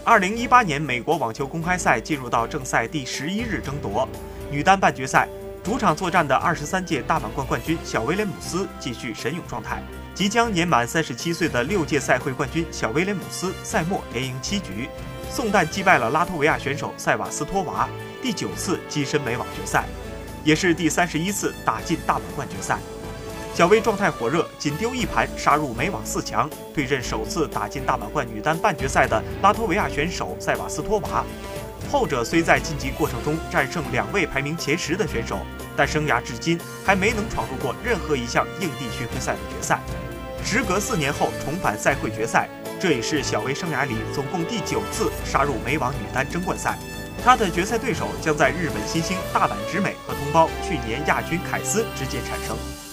2018年美国网球公开赛进入到正赛第11日争夺，女单半决赛，主场作战的23届大满贯冠军小威廉姆斯继续神勇状态。即将年满37岁的6届赛会冠军小威廉姆斯赛末连赢7局，送诞击败了拉脱维亚选手塞瓦斯托娃，第9次跻身美网决赛，也是第31次打进大满贯决赛。小威状态火热，仅丢一盘杀入美网4强，对阵首次打进大满贯女单半决赛的拉脱维亚选手塞瓦斯托娃。后者虽在晋级过程中战胜2位排名前10的选手，但生涯至今还没能闯入过任何一项硬地巡回赛的决赛。时隔4年后重返赛会决赛，这也是小威生涯里总共第9次杀入美网女单争冠赛。她的决赛对手将在日本新星大阪直美和同胞去年亚军凯斯之间产生。